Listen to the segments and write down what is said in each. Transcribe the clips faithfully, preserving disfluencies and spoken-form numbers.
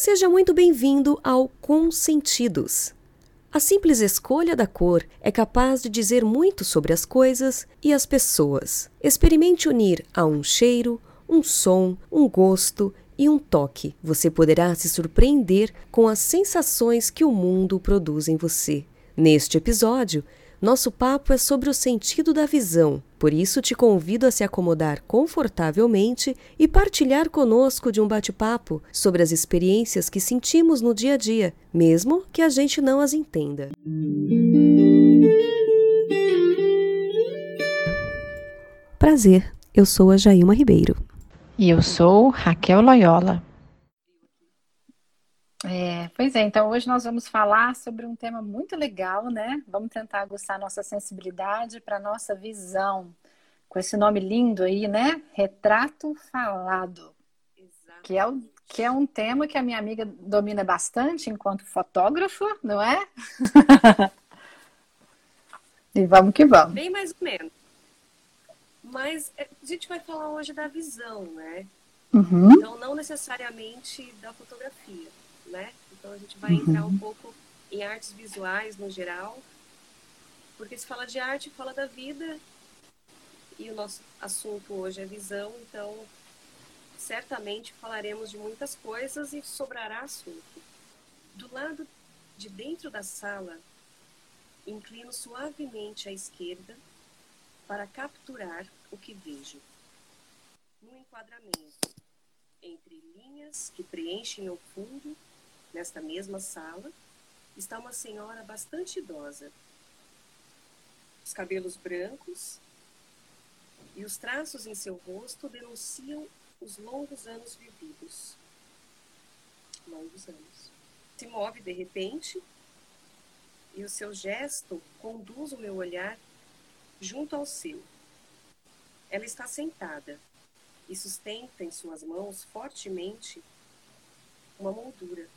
Seja muito bem-vindo ao Consentidos. A simples escolha da cor é capaz de dizer muito sobre as coisas e as pessoas. Experimente unir a um cheiro, um som, um gosto e um toque. Você poderá se surpreender com as sensações que o mundo produz em você. Neste episódio, nosso papo é sobre o sentido da visão. Por isso, te convido a se acomodar confortavelmente e partilhar conosco de um bate-papo sobre as experiências que sentimos no dia a dia, mesmo que a gente não as entenda. Prazer, eu sou a Jailma Ribeiro. E eu sou Raquel Loyola. É, pois é, então hoje nós vamos falar sobre um tema muito legal, né? Vamos tentar aguçar nossa sensibilidade para nossa visão, com esse nome lindo aí, né? Retrato falado, que é, o, que é um tema que a minha amiga domina bastante enquanto fotógrafo, não é? E vamos que vamos. Bem mais ou menos. Mas a gente vai falar hoje da visão, né? Uhum. Então, não necessariamente da fotografia, né? Então, a gente vai uhum. entrar um pouco em artes visuais no geral, porque se fala de arte, fala da vida, e o nosso assunto hoje é visão, então, certamente falaremos de muitas coisas e sobrará assunto. Do lado de dentro da sala, inclino suavemente à esquerda para capturar o que vejo. No enquadramento, entre linhas que preenchem o fundo, nesta mesma sala, está uma senhora bastante idosa. Os cabelos brancos e os traços em seu rosto denunciam os longos anos vividos. Longos anos. Se move de repente e o seu gesto conduz o meu olhar junto ao seu. Ela está sentada e sustenta em suas mãos fortemente uma moldura.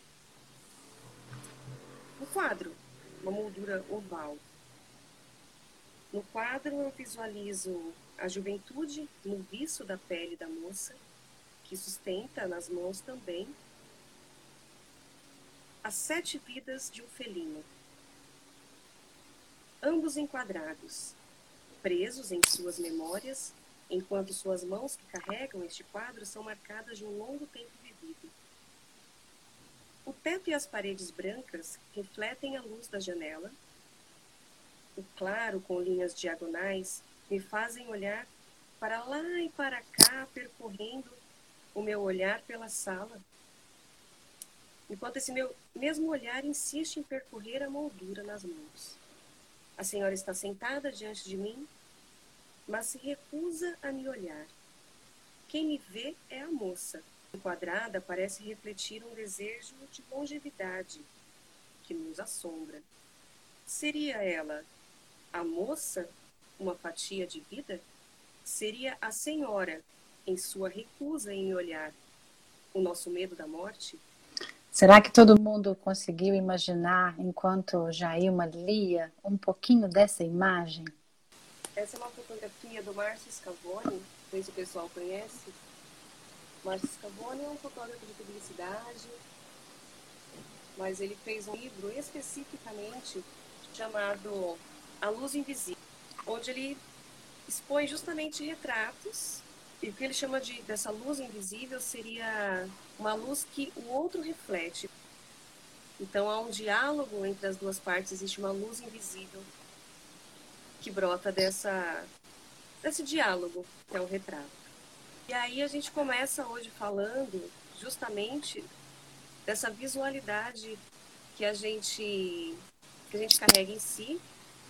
No quadro, uma moldura oval. No quadro eu visualizo a juventude no viço da pele da moça, que sustenta nas mãos também as sete vidas de um felino. Ambos enquadrados, presos em suas memórias, enquanto suas mãos que carregam este quadro são marcadas de um longo tempo vivido. O teto e as paredes brancas refletem a luz da janela. O claro, com linhas diagonais, me fazem olhar para lá e para cá, percorrendo o meu olhar pela sala, enquanto esse meu mesmo olhar insiste em percorrer a moldura nas mãos. A senhora está sentada diante de mim, mas se recusa a me olhar. Quem me vê é a moça. Enquadrada, parece refletir um desejo de longevidade que nos assombra. Seria ela, a moça, uma fatia de vida? Seria a senhora, em sua recusa em me olhar, o nosso medo da morte? Será que todo mundo conseguiu imaginar, enquanto Jailma lia, um pouquinho dessa imagem? Essa é uma fotografia do Márcio Scavone, não sei se o pessoal conhece. Márcio Scavone é um fotógrafo de publicidade, mas ele fez um livro especificamente chamado A Luz Invisível, onde ele expõe justamente retratos, e o que ele chama de, dessa luz invisível seria uma luz que o outro reflete. Então há um diálogo entre as duas partes, existe uma luz invisível que brota dessa, desse diálogo, que é o retrato. E aí a gente começa hoje falando justamente dessa visualidade que a gente, que a gente carrega em si,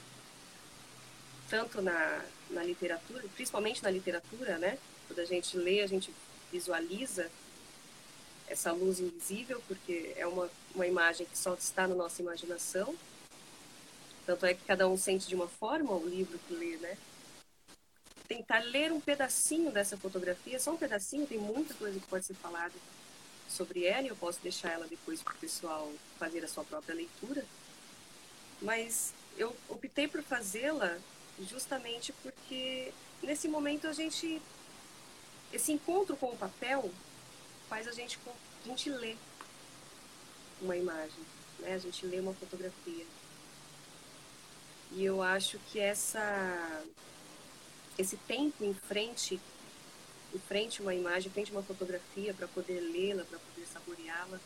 tanto na, na literatura, principalmente na literatura, né? Quando a gente lê, a gente visualiza essa luz invisível, porque é uma, uma imagem que só está na nossa imaginação. Tanto é que cada um sente de uma forma o livro que lê, né? Tentar ler um pedacinho dessa fotografia, só um pedacinho, tem muita coisa que pode ser falada sobre ela, e eu posso deixar ela depois para o pessoal fazer a sua própria leitura. Mas eu optei por fazê-la justamente porque nesse momento a gente, esse encontro com o papel faz a gente, a gente ler. uma imagem, né? A gente lê uma fotografia. E eu acho que essa, esse tempo em frente, em frente a uma imagem, em frente a uma fotografia, para poder lê-la, para poder saboreá-la,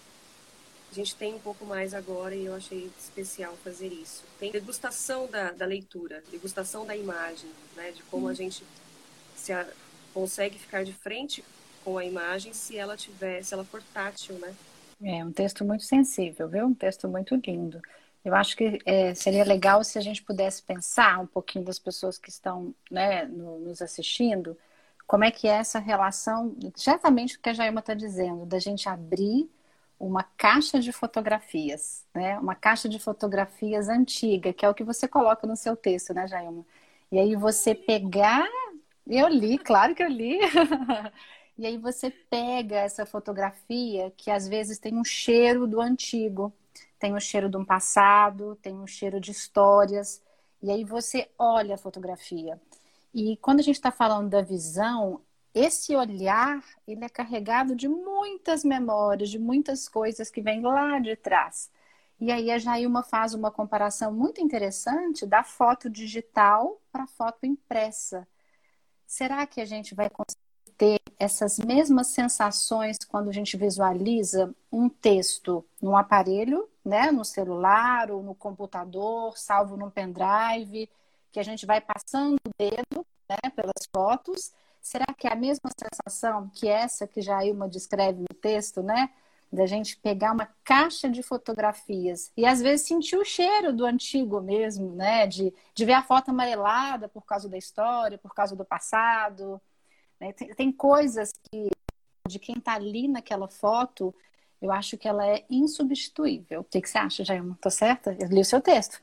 a gente tem um pouco mais agora e eu achei especial fazer isso. Tem degustação da, da leitura, degustação da imagem, né? De como a gente se a, consegue ficar de frente com a imagem se ela tiver, se ela for tátil, né? É um texto muito sensível, viu? Um texto muito lindo. Eu acho que é, seria legal se a gente pudesse pensar um pouquinho das pessoas que estão, né, no- nos assistindo, como é que é essa relação, exatamente o que a Jailma está dizendo, da gente abrir uma caixa de fotografias, né? Uma caixa de fotografias antiga, que é o que você coloca no seu texto, né, Jailma? E aí você pegar, eu li, claro que eu li. E aí você pega essa fotografia que às vezes tem um cheiro do antigo, tem um cheiro de um passado, tem um cheiro de histórias. E aí você olha a fotografia. E quando a gente está falando da visão, esse olhar, ele é carregado de muitas memórias, de muitas coisas que vêm lá de trás. E aí a Jailma faz uma comparação muito interessante da foto digital para a foto impressa. Será que a gente vai conseguir ter essas mesmas sensações quando a gente visualiza um texto num aparelho, né, no celular ou no computador, salvo num pendrive, que a gente vai passando o dedo, né, pelas fotos? Será que é a mesma sensação que essa que já a Ilma descreve no texto, né? Da gente pegar uma caixa de fotografias e às vezes sentir o cheiro do antigo mesmo, né? De, de ver a foto amarelada por causa da história, por causa do passado, né? Tem, tem coisas que, de quem está ali naquela foto, eu acho que ela é insubstituível. O que, que você acha, Jailma? Tô certa? Eu li o seu texto.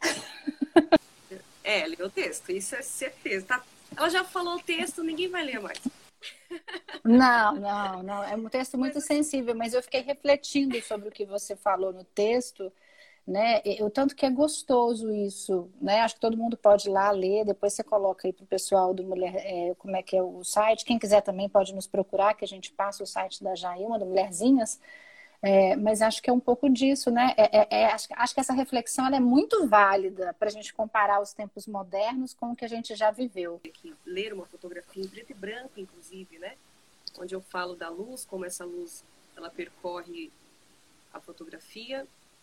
É, lê o texto, isso é certeza. Tá? Ela já falou o texto, ninguém vai ler mais. Não, não, não. É um texto Mas muito assim, sensível, mas eu fiquei refletindo sobre o que você falou no texto, né? E o tanto que é gostoso isso, né? Acho que todo mundo pode ir lá ler, depois você coloca aí para o pessoal do Mulher, é, como é que é o site. Quem quiser também pode nos procurar, que a gente passa o site da Jailma, do Mulherzinhas. É, mas acho que é um pouco disso, né? É, é, é, acho, acho que essa reflexão ela é muito válida para a gente comparar os tempos modernos com o que a gente já viveu. que ler uma fotografia em preto e branco, inclusive, né? Onde eu falo da luz, como essa luz ela percorre a fotografia,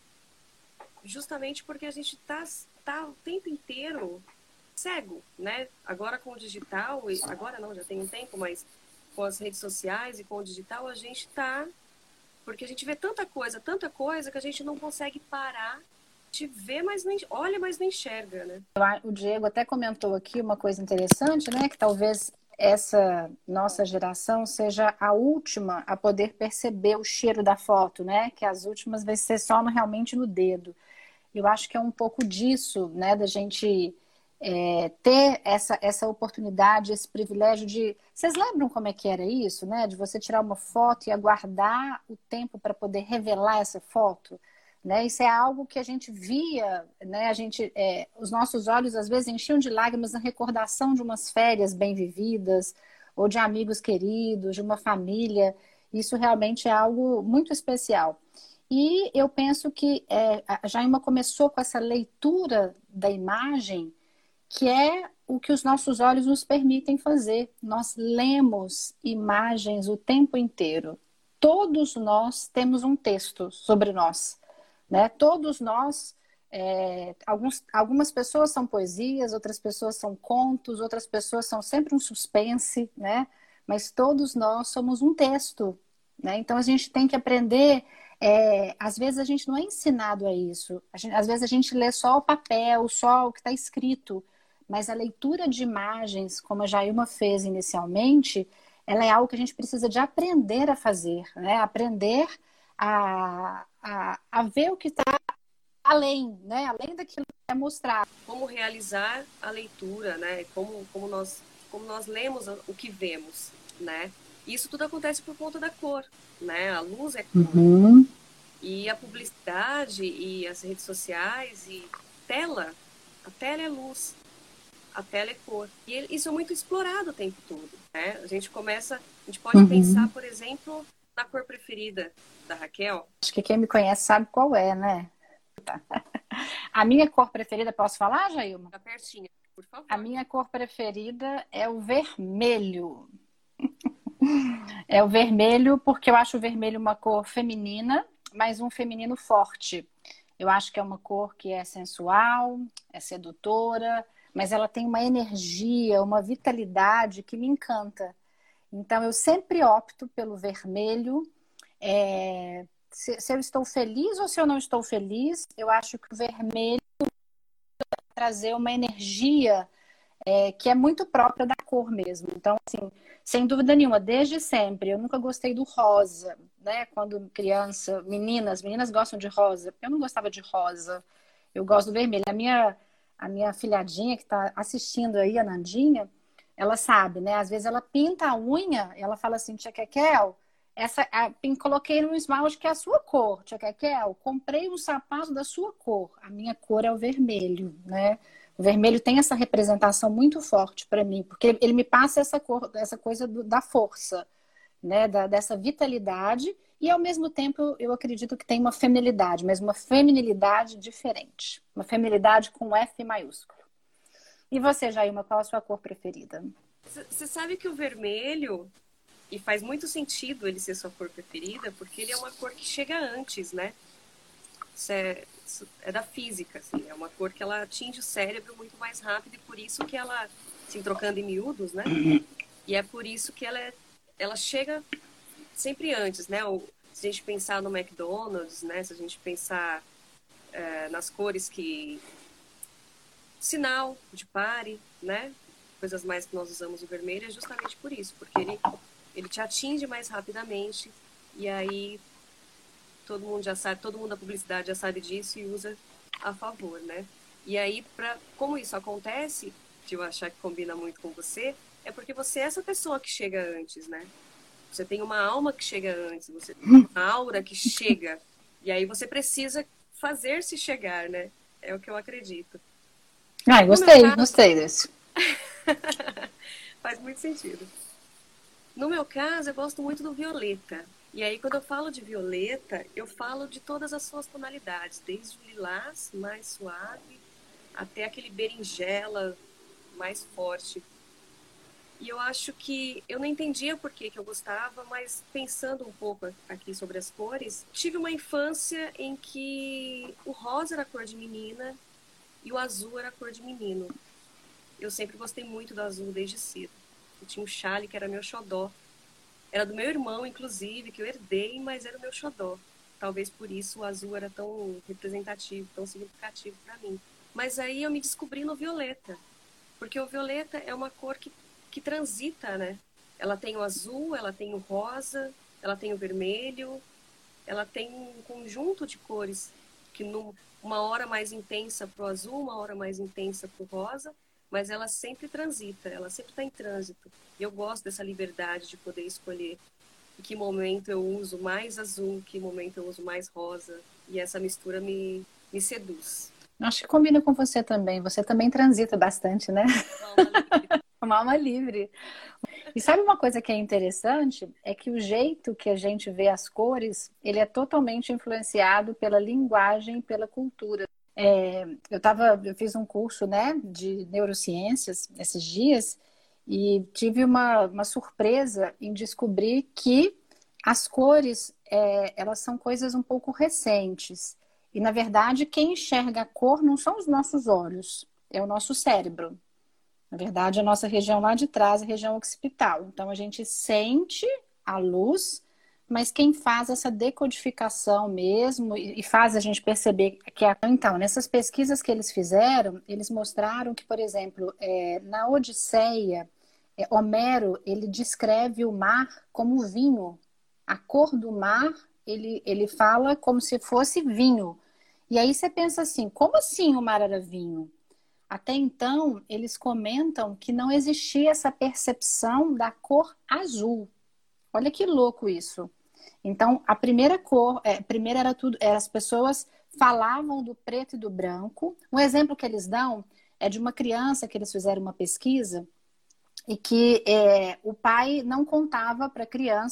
justamente porque a gente está tá o tempo inteiro cego, né? Agora com o digital, agora não, já tem um tempo, mas com as redes sociais e com o digital, a gente está... Porque a gente vê tanta coisa, tanta coisa, que a gente não consegue parar de ver, mas nem olha, mas não enxerga, né? O Diego até comentou aqui uma coisa interessante, né? Que talvez essa nossa geração seja a última a poder perceber o cheiro da foto, né? Que as últimas vai ser só no, realmente no dedo. Eu acho que é um pouco disso, né? Da gente é, ter essa, essa oportunidade, esse privilégio de... Vocês lembram como é que era isso, né? De você tirar uma foto e aguardar o tempo para poder revelar essa foto? Né? Isso é algo que a gente via, né? A gente, é, os nossos olhos às vezes enchiam de lágrimas na recordação de umas férias bem vividas, ou de amigos queridos, de uma família. Isso realmente é algo muito especial. E eu penso que é, a Jaima começou com essa leitura da imagem, que é o que os nossos olhos nos permitem fazer. Nós lemos imagens o tempo inteiro. Todos nós temos um texto sobre nós, né? Todos nós, é, alguns, algumas pessoas são poesias, outras pessoas são contos, outras pessoas são sempre um suspense, né? Mas todos nós somos um texto, né? Então a gente tem que aprender. É, às vezes a gente não é ensinado a isso. A gente, às vezes a gente lê só o papel, só o que está escrito. Mas a leitura de imagens, como a Jailma fez inicialmente, ela é algo que a gente precisa de aprender a fazer, né? Aprender a, a, a ver o que está além, né? Além daquilo que é mostrado. Como realizar a leitura, né? Como, como, nós, como nós lemos o que vemos, né? Isso tudo acontece por conta da cor, né? A luz é cor. Uhum. E a publicidade e as redes sociais e tela, a tela é luz, a tela é cor. E isso é muito explorado o tempo todo, né? A gente começa, a gente pode Uhum. pensar, por exemplo, na cor preferida da Raquel? Acho que quem me conhece sabe qual é, né? Tá. A minha cor preferida, posso falar, Jailma? Tá pertinho, por favor. A minha cor preferida é o vermelho. É o vermelho porque eu acho o vermelho uma cor feminina, mas um feminino forte. Eu acho que é uma cor que é sensual, é sedutora, mas ela tem uma energia, uma vitalidade que me encanta. Então, eu sempre opto pelo vermelho. É, se, se eu estou feliz ou se eu não estou feliz, eu acho que o vermelho vai trazer uma energia é, que é muito própria da cor mesmo. Então, assim, sem dúvida nenhuma, desde sempre, eu nunca gostei do rosa, né? Quando criança, meninas, meninas gostam de rosa. Eu não gostava de rosa, eu gosto do vermelho. A minha, a minha filhadinha que está assistindo aí, a Nandinha, ela sabe, né? Às vezes ela pinta a unha, ela fala assim, tia Kekel, essa, a, coloquei num esmalte que é a sua cor, tia Kekel, comprei um sapato da sua cor. A minha cor é o vermelho, né? O vermelho tem essa representação muito forte para mim, porque ele me passa essa, cor, essa coisa do, da força, né? Da, dessa vitalidade, e ao mesmo tempo eu acredito que tem uma feminilidade, mas uma feminilidade diferente. Uma feminilidade com F maiúsculo. E você, Jailma, qual a sua cor preferida? Você sabe que o vermelho, e faz muito sentido ele ser sua cor preferida, porque ele é uma cor que chega antes, né? Isso é, isso é da física, assim, é uma cor que ela atinge o cérebro muito mais rápido e por isso que ela, assim, trocando em miúdos, né? E é por isso que ela, é, ela chega sempre antes, né? O, se a gente pensar no McDonald's, né? Se a gente pensar é, nas cores que... Sinal de pare, né? Coisas mais que nós usamos o vermelho é justamente por isso, porque ele, ele te atinge mais rapidamente e aí... Todo mundo já sabe, todo mundo da publicidade já sabe disso e usa a favor, né? E aí, pra, como isso acontece, de eu achar que combina muito com você, é porque você é essa pessoa que chega antes, né? Você tem uma alma que chega antes, você tem uma aura que chega. E aí você precisa fazer-se chegar, né? É o que eu acredito. Ah, gostei, caso... gostei desse. Faz muito sentido. No meu caso, eu gosto muito do violeta. E aí, quando eu falo de violeta, eu falo de todas as suas tonalidades, desde o lilás mais suave até aquele berinjela mais forte. E eu acho que eu não entendia por que, que eu gostava, mas pensando um pouco aqui sobre as cores, tive uma infância em que o rosa era a cor de menina e o azul era a cor de menino. Eu sempre gostei muito do azul desde cedo. Eu tinha um chale que era meu xodó. Era do meu irmão, inclusive, que eu herdei, mas era o meu xodó. Talvez por isso o azul era tão representativo, tão significativo para mim. Mas aí eu me descobri no violeta. Porque o violeta é uma cor que, que transita, né? Ela tem o azul, ela tem o rosa, ela tem o vermelho, ela tem um conjunto de cores que num, uma hora mais intensa para o azul, uma hora mais intensa para o rosa, mas ela sempre transita, ela sempre está em trânsito. E eu gosto dessa liberdade de poder escolher em que momento eu uso mais azul, em que momento eu uso mais rosa. E essa mistura me, me seduz. Acho que combina com você também. Você também transita bastante, né? Uma alma livre. E sabe uma coisa que é interessante? É que o jeito que a gente vê as cores, ele é totalmente influenciado pela linguagem, pela cultura. É, eu tava, eu fiz um curso, né, de neurociências esses dias e tive uma, uma surpresa em descobrir que as cores, é, elas são coisas um pouco recentes. E, na verdade, quem enxerga a cor não são os nossos olhos, é o nosso cérebro. Na verdade, a nossa região lá de trás é a região occipital. Então, a gente sente a luz, mas quem faz essa decodificação mesmo e faz a gente perceber que... A... Então, nessas pesquisas que eles fizeram, eles mostraram que, por exemplo, é, na Odisseia, é, Homero, ele descreve o mar como vinho. A cor do mar, ele, ele fala como se fosse vinho. E aí você pensa assim, como assim o mar era vinho? Até então, eles comentam que não existia essa percepção da cor azul. Olha que louco isso. Então, a primeira cor, é, primeiro era tudo, é, as pessoas falavam do preto e do branco. Um exemplo que eles dão é de uma criança que eles fizeram uma pesquisa e que é, o pai não contava para a criança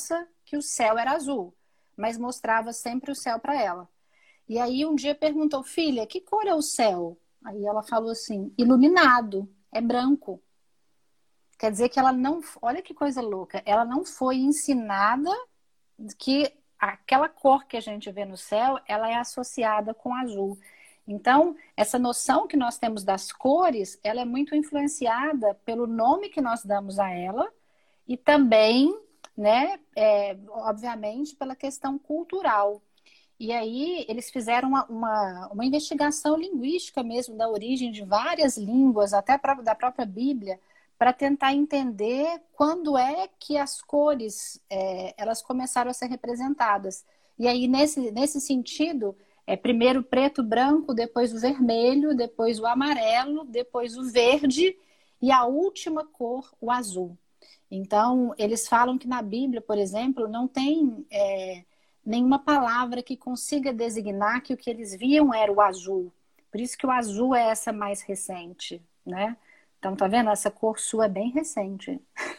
que o céu era azul, mas mostrava sempre o céu para ela. E aí um dia perguntou, filha, que cor é o céu? Aí ela falou assim, iluminado, é branco. Quer dizer que ela não, olha que coisa louca, ela não foi ensinada que aquela cor que a gente vê no céu, ela é associada com azul. Então, essa noção que nós temos das cores, ela é muito influenciada pelo nome que nós damos a ela e também, né, é, obviamente, pela questão cultural. E aí eles fizeram uma, uma, uma investigação linguística mesmo da origem de várias línguas, até pra, da própria Bíblia, para tentar entender quando é que as cores é, elas começaram a ser representadas. E aí, nesse, nesse sentido, é primeiro o preto, branco, depois o vermelho, depois o amarelo, depois o verde e a última cor, o azul. Então, eles falam que na Bíblia, por exemplo, não tem é, nenhuma palavra que consiga designar que o que eles viam era o azul. Por isso que o azul é essa mais recente, né? Então, tá vendo? Essa cor sua é bem recente.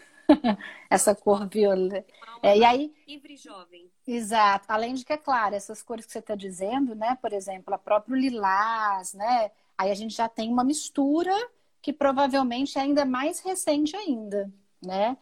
Essa cor violeta. É, e aí, livre jovem. Exato. Além de que, é claro, essas cores que você está dizendo, né? Por exemplo, a própria lilás, né? Aí a gente já tem uma mistura que provavelmente é ainda mais recente ainda, né?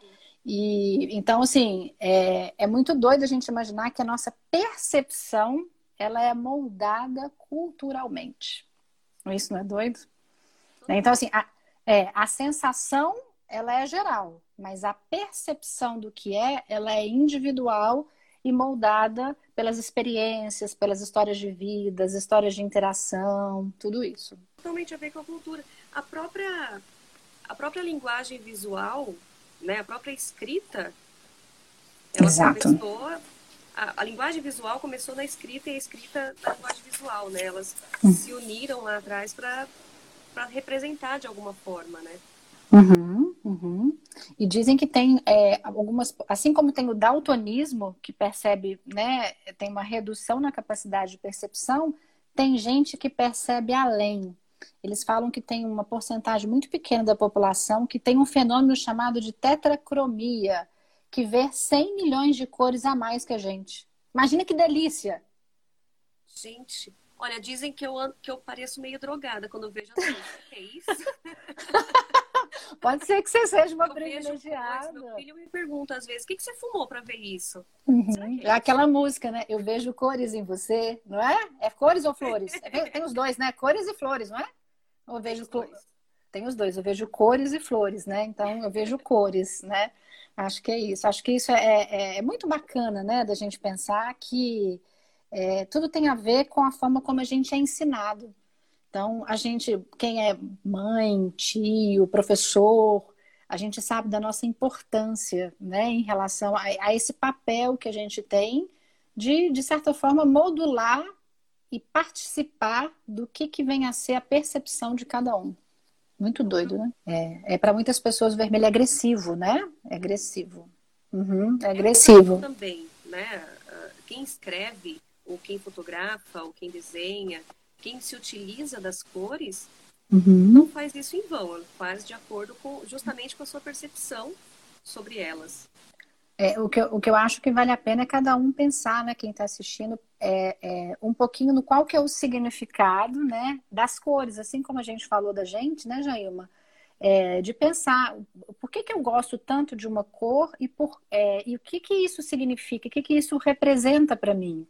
E então, assim, é, é muito doido a gente imaginar que a nossa percepção ela é moldada culturalmente. Isso não é doido? Então, assim, a, é, a sensação ela é geral, mas a percepção do que é, ela é individual e moldada pelas experiências, pelas histórias de vida, as histórias de interação, tudo isso. Totalmente a ver com a cultura. A própria, a própria linguagem visual, né, a própria escrita, ela Exato. começou... A, a linguagem visual começou na escrita e a escrita na linguagem visual, né? Elas Hum. se uniram lá atrás para para representar de alguma forma, né? Uhum, uhum. E dizem que tem é, algumas, assim como tem o daltonismo, que percebe, né, tem uma redução na capacidade de percepção, tem gente que percebe além. Eles falam que tem uma porcentagem muito pequena da população que tem um fenômeno chamado de tetracromia, que vê cem milhões de cores a mais que a gente. Imagina que delícia! Gente, olha, dizem que eu, que eu pareço meio drogada quando eu vejo as coisas. Que é isso? Pode ser que você seja uma eu privilegiada. Vejo, meu filho me pergunta às vezes, o que, que você fumou para ver isso? Uhum. É aquela música, né? Eu vejo cores em você, não é? É cores ou flores? É, tem os dois, né? Cores e flores, não é? Eu vejo tem, os dois. tem os dois. Eu vejo cores e flores, né? Então eu vejo cores, né? Acho que é isso. Acho que isso é, é, é muito bacana, né? Da gente pensar que é, tudo tem a ver com a forma como a gente é ensinado. Então, a gente, quem é mãe, tio, professor, a gente sabe da nossa importância, né, em relação a, a esse papel que a gente tem de, de certa forma, modular e participar do que, que vem a ser a percepção de cada um. Muito doido, né? É, é para muitas pessoas o vermelho é agressivo, né? É agressivo. Uhum, é agressivo. É também, né? Quem escreve, ou quem fotografa, ou quem desenha, quem se utiliza das cores, uhum. não faz isso em vão, faz de acordo com, justamente com a sua percepção sobre elas. É, o, que eu, o que eu acho que vale a pena é cada um pensar, né, quem está assistindo, é, é, um pouquinho no qual que é o significado, né, das cores, assim como a gente falou da gente, né, Jailma? É, de pensar por que, que eu gosto tanto de uma cor e, por, é, e o que, que isso significa, o que, que isso representa para mim.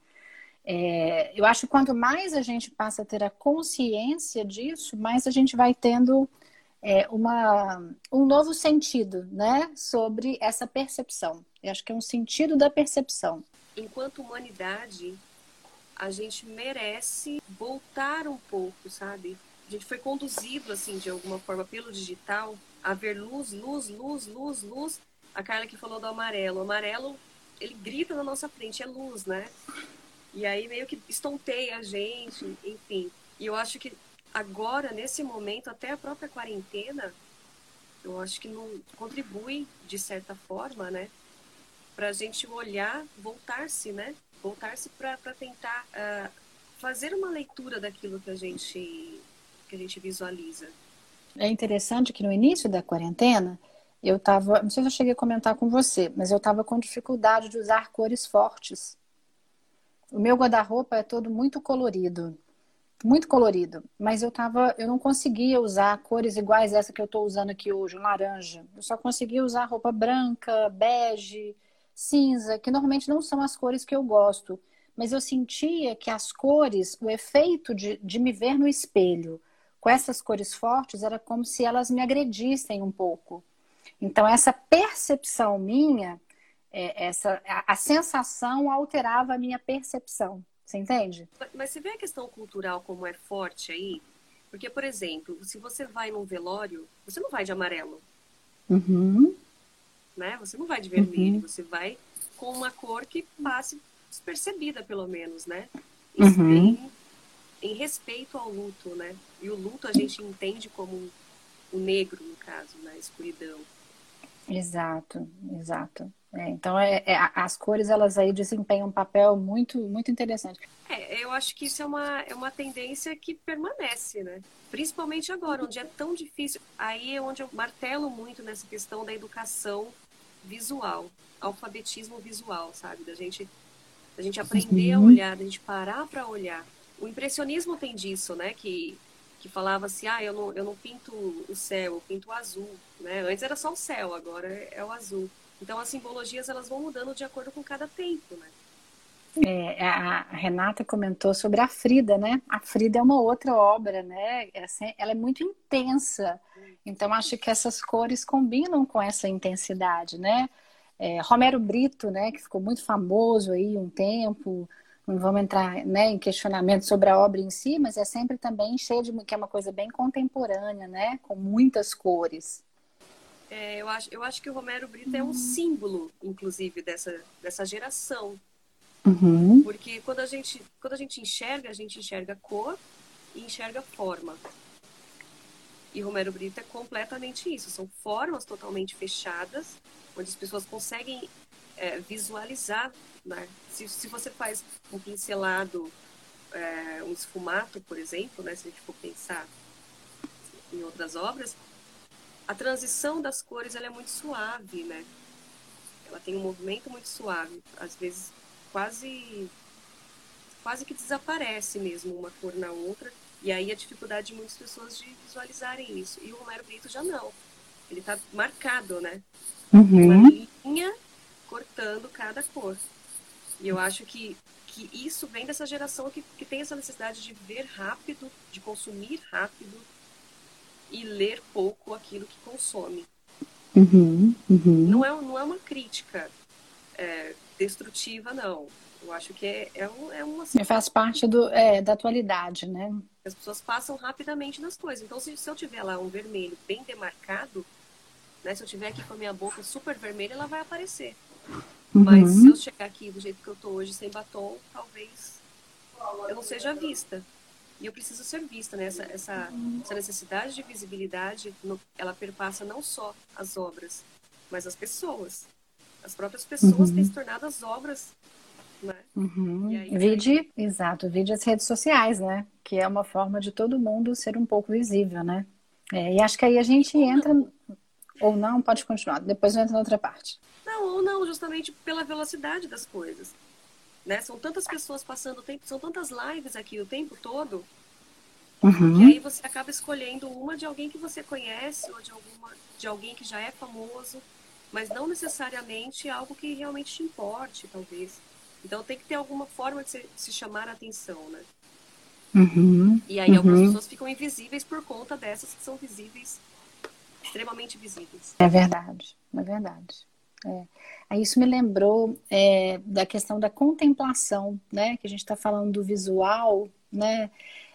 É, eu acho que quanto mais a gente passa a ter a consciência disso, mais a gente vai tendo é, uma, um novo sentido, né, sobre essa percepção. Eu acho que é um sentido da percepção. Enquanto humanidade, a gente merece voltar um pouco, sabe? A gente foi conduzido, assim, de alguma forma, pelo digital, a ver luz, luz, luz, luz, luz. A Carla que falou do amarelo. O amarelo, ele grita na nossa frente, é luz, né? E aí meio que estonteia a gente, enfim. E eu acho que agora, nesse momento, até a própria quarentena, eu acho que não contribui, de certa forma, né? Pra gente olhar, voltar-se, né? Voltar-se para tentar uh, fazer uma leitura daquilo que a gente, que a gente visualiza. É interessante que no início da quarentena, eu tava, não sei se eu cheguei a comentar com você, mas eu estava com dificuldade de usar cores fortes. O meu guarda-roupa é todo muito colorido, muito colorido, mas eu tava, eu não conseguia usar cores iguais a essa que eu estou usando aqui hoje, um laranja. Eu só conseguia usar roupa branca, bege, cinza, que normalmente não são as cores que eu gosto. Mas eu sentia que as cores, o efeito de, de me ver no espelho com essas cores fortes era como se elas me agredissem um pouco. Então, essa percepção minha, é, essa, a, a sensação alterava a minha percepção. Você entende? Mas você vê a questão cultural como é forte aí? Porque, por exemplo, se você vai num velório, você não vai de amarelo, Uhum, né? Você não vai de vermelho, uhum, você vai com uma cor que passe despercebida, pelo menos, né? Em, uhum. em, em respeito ao luto, né? E o luto a gente entende como o negro, no caso, né? A escuridão. Exato, exato. É, então, é, é, as cores, elas aí desempenham um papel muito, muito interessante. É, eu acho que isso é uma, é uma tendência que permanece, né? Principalmente agora, onde é tão difícil. Aí é onde eu martelo muito nessa questão da educação visual, alfabetismo visual, sabe? Da gente, da gente aprender a Uhum, olhar, da gente parar para olhar. O impressionismo tem disso, né? Que, que falava assim, ah, eu não, eu não pinto o céu, eu pinto o azul, né? Antes era só o céu, agora é o azul. Então as simbologias elas vão mudando de acordo com cada tempo, né? é, a Renata comentou sobre a Frida, né? A Frida é uma outra obra, né? Essa- Ela é muito intensa. Então, acho que essas cores combinam com essa intensidade, né? É, Romero Brito, né? Que ficou muito famoso aí um tempo. Não vamos entrar, né, em questionamento sobre a obra em si, mas é sempre também cheia de que é uma coisa bem contemporânea, né? Com muitas cores. É, eu, acho, eu acho que o Romero Brito é um símbolo, inclusive, dessa, dessa geração. Uhum, Porque quando a, gente, quando a gente enxerga, a gente enxerga cor e enxerga forma. E Romero Brito é completamente isso. São formas totalmente fechadas, onde as pessoas conseguem é, visualizar. Né? Se, se você faz um pincelado, é, um esfumato, por exemplo, né? Se a gente for pensar em outras obras, a transição das cores ela é muito suave, né? Ela tem um movimento muito suave, às vezes quase quase que desaparece mesmo uma cor na outra, e aí a dificuldade de muitas pessoas de visualizarem isso. E o Romero Brito já não. Ele está marcado, né? Uma uhum, linha cortando cada cor. E eu acho que, que isso vem dessa geração que, que tem essa necessidade de ver rápido, de consumir rápido e ler pouco aquilo que consome. uhum, Não uhum. é, não é uma crítica é, destrutiva, não. Eu acho que é, é, um, é uma E faz parte do, é, da atualidade, né? as pessoas passam rapidamente nas coisas. Então, se, se eu tiver lá um vermelho bem demarcado, né, se eu tiver aqui com a minha boca super vermelha, ela vai aparecer. Mas se eu Uhum, chegar aqui do jeito que eu tô hoje, sem batom, talvez eu não seja vista. E eu preciso ser vista, né? Essa, essa, essa necessidade de visibilidade, no, ela perpassa não só as obras, mas as pessoas. As próprias pessoas têm se uhum, tornado as obras, né? E uhum. aí, para Vide, exato, vide as redes sociais, né? Que é uma forma de todo mundo ser um pouco visível, né? É, e acho que aí a gente ou entra, não, ou não, pode continuar, depois eu entro na outra parte. não, ou não, justamente pela velocidade das coisas. Né? São tantas pessoas passando o tempo, são tantas lives aqui o tempo todo, que aí Uhum, você acaba escolhendo uma de alguém que você conhece ou de, alguma, de alguém que já é famoso, mas não necessariamente algo que realmente te importe, talvez. Então tem que ter alguma forma de se, se chamar a atenção, né? uhum, E aí algumas uhum. pessoas ficam invisíveis por conta dessas que são visíveis, extremamente visíveis. É verdade, é verdade. É. Aí isso me lembrou é, da questão da contemplação, né? Que a gente está falando do visual, né?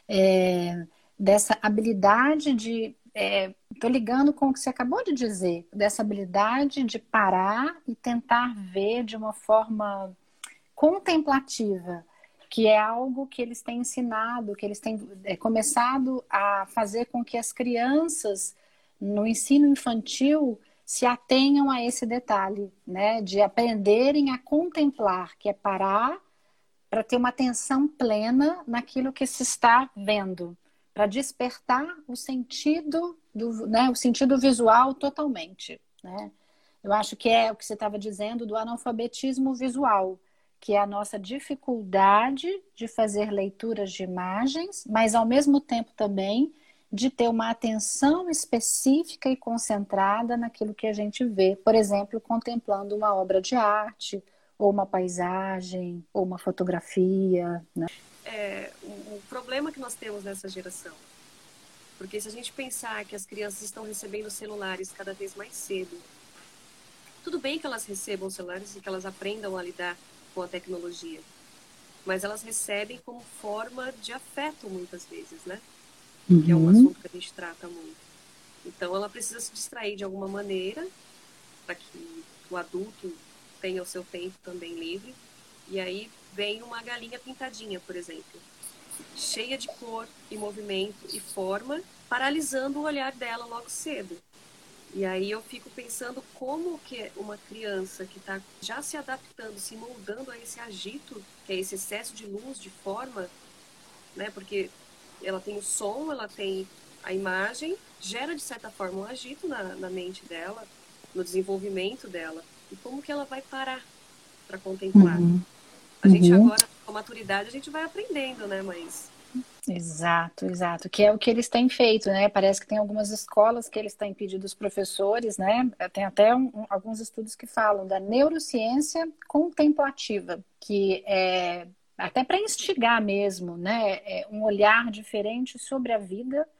É, dessa habilidade de. Estou ligando com o que você acabou de dizer, dessa habilidade de parar e tentar ver de uma forma contemplativa, que é algo que eles têm ensinado, que eles têm é, começado a fazer com que as crianças no ensino infantil se atenham a esse detalhe, né, de aprenderem a contemplar, que é parar para ter uma atenção plena naquilo que se está vendo, para despertar o sentido do, né, o sentido visual totalmente. né? Eu acho que é o que você estava dizendo do analfabetismo visual, que é a nossa dificuldade de fazer leituras de imagens, mas ao mesmo tempo também de ter uma atenção específica e concentrada naquilo que a gente vê. Por exemplo, contemplando uma obra de arte, ou uma paisagem, ou uma fotografia, né? É, o, o problema que nós temos nessa geração, porque se a gente pensar que as crianças estão recebendo celulares cada vez mais cedo, tudo bem que elas recebam celulares e que elas aprendam a lidar com a tecnologia, mas elas recebem como forma de afeto muitas vezes, né? Uhum. Que é um assunto que a gente trata muito. Então ela precisa se distrair de alguma maneira para que o adulto tenha o seu tempo também livre. E aí vem uma galinha pintadinha, por exemplo, cheia de cor e movimento e forma, paralisando o olhar dela logo cedo. E aí eu fico pensando como que uma criança que está já se adaptando, se moldando a esse agito, que é esse excesso de luz, de forma, né? Porque ela tem o som, ela tem a imagem, gera de certa forma um agito na, na mente dela, no desenvolvimento dela. E como que ela vai parar para contemplar? Uhum. A gente Uhum. agora, com a maturidade, a gente vai aprendendo, né? Mas Exato, exato. Que é o que eles têm feito, né? Parece que tem algumas escolas que eles têm pedido os professores, né? Tem até um, um, alguns estudos que falam da neurociência contemplativa, que é até para instigar mesmo, né? É um olhar diferente sobre a vida,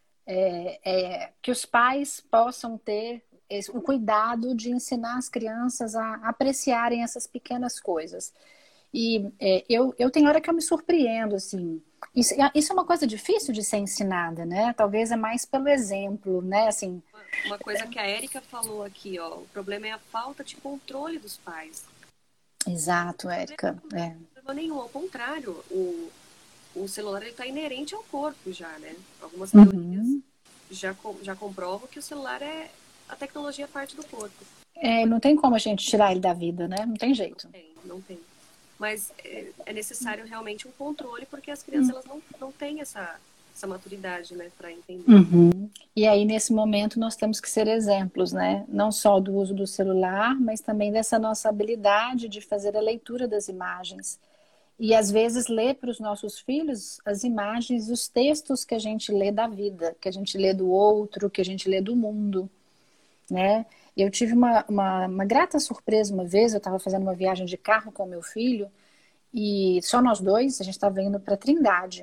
é, é, que os pais possam ter esse, o cuidado de ensinar as crianças a apreciarem essas pequenas coisas. E é, eu, eu tenho hora que eu me surpreendo, assim. Isso, isso é uma coisa difícil de ser ensinada, né? Talvez é mais pelo exemplo, né? Assim, uma, uma coisa que a Érica falou aqui, ó, o problema é a falta de controle dos pais. exato, Érica. Não É. tem problema nenhum, ao contrário, o, o celular está inerente ao corpo já, né? Algumas teorias Uhum. já, já comprovam que o celular é a tecnologia parte do corpo. É, não tem como a gente tirar ele da vida, né? Não tem jeito. Não tem, não tem. Mas é, é necessário realmente um controle, porque as crianças elas não, não têm essa, essa maturidade, né, para entender. Uhum. E aí, nesse momento, nós temos que ser exemplos, né? Não só do uso do celular, mas também dessa nossa habilidade de fazer a leitura das imagens. E, às vezes, ler para os nossos filhos as imagens e os textos que a gente lê da vida, que a gente lê do outro, que a gente lê do mundo, né? Eu tive uma, uma, uma grata surpresa uma vez, eu estava fazendo uma viagem de carro com meu filho, e só nós dois, a gente estava indo para Trindade.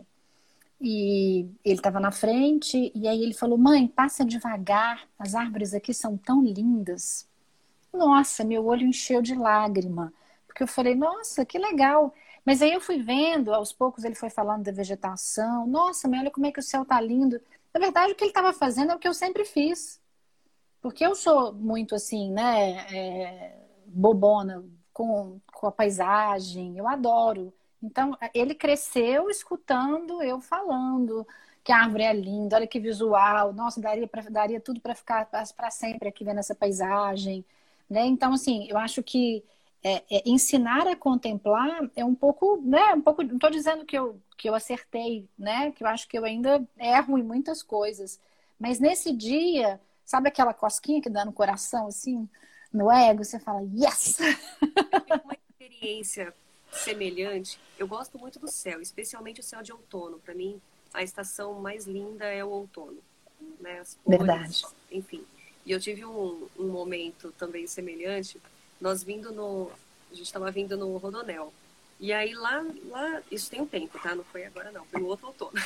E ele estava na frente, e aí ele falou: mãe, passa devagar, as árvores aqui são tão lindas. Nossa, meu olho encheu de lágrima, porque eu falei: nossa, que legal. Mas aí eu fui vendo, aos poucos ele foi falando da vegetação. Nossa, mas olha como é que o céu tá lindo. Na verdade, o que ele estava fazendo é o que eu sempre fiz. Porque eu sou muito assim, né, é, bobona com, com a paisagem, eu adoro. Então, ele cresceu escutando eu falando que a árvore é linda, olha que visual, nossa, daria, pra, daria tudo para ficar para sempre aqui vendo essa paisagem, né? Então, assim, eu acho que é, é, ensinar a contemplar é um pouco, né, um pouco, não estou dizendo que eu, que eu acertei, né, que eu acho que eu ainda erro em muitas coisas, mas nesse dia. Sabe aquela cosquinha que dá no coração, assim, no ego? Você fala, yes! Eu tive uma experiência semelhante. Eu gosto muito do céu, especialmente o céu de outono. Para mim, a estação mais linda é o outono, né? As cores, Verdade. enfim. E eu tive um, um momento também semelhante. Nós vindo no... A gente estava vindo no Rodonel. E aí lá, lá... Isso tem um tempo, tá? Não foi agora, não. Foi no outro outono.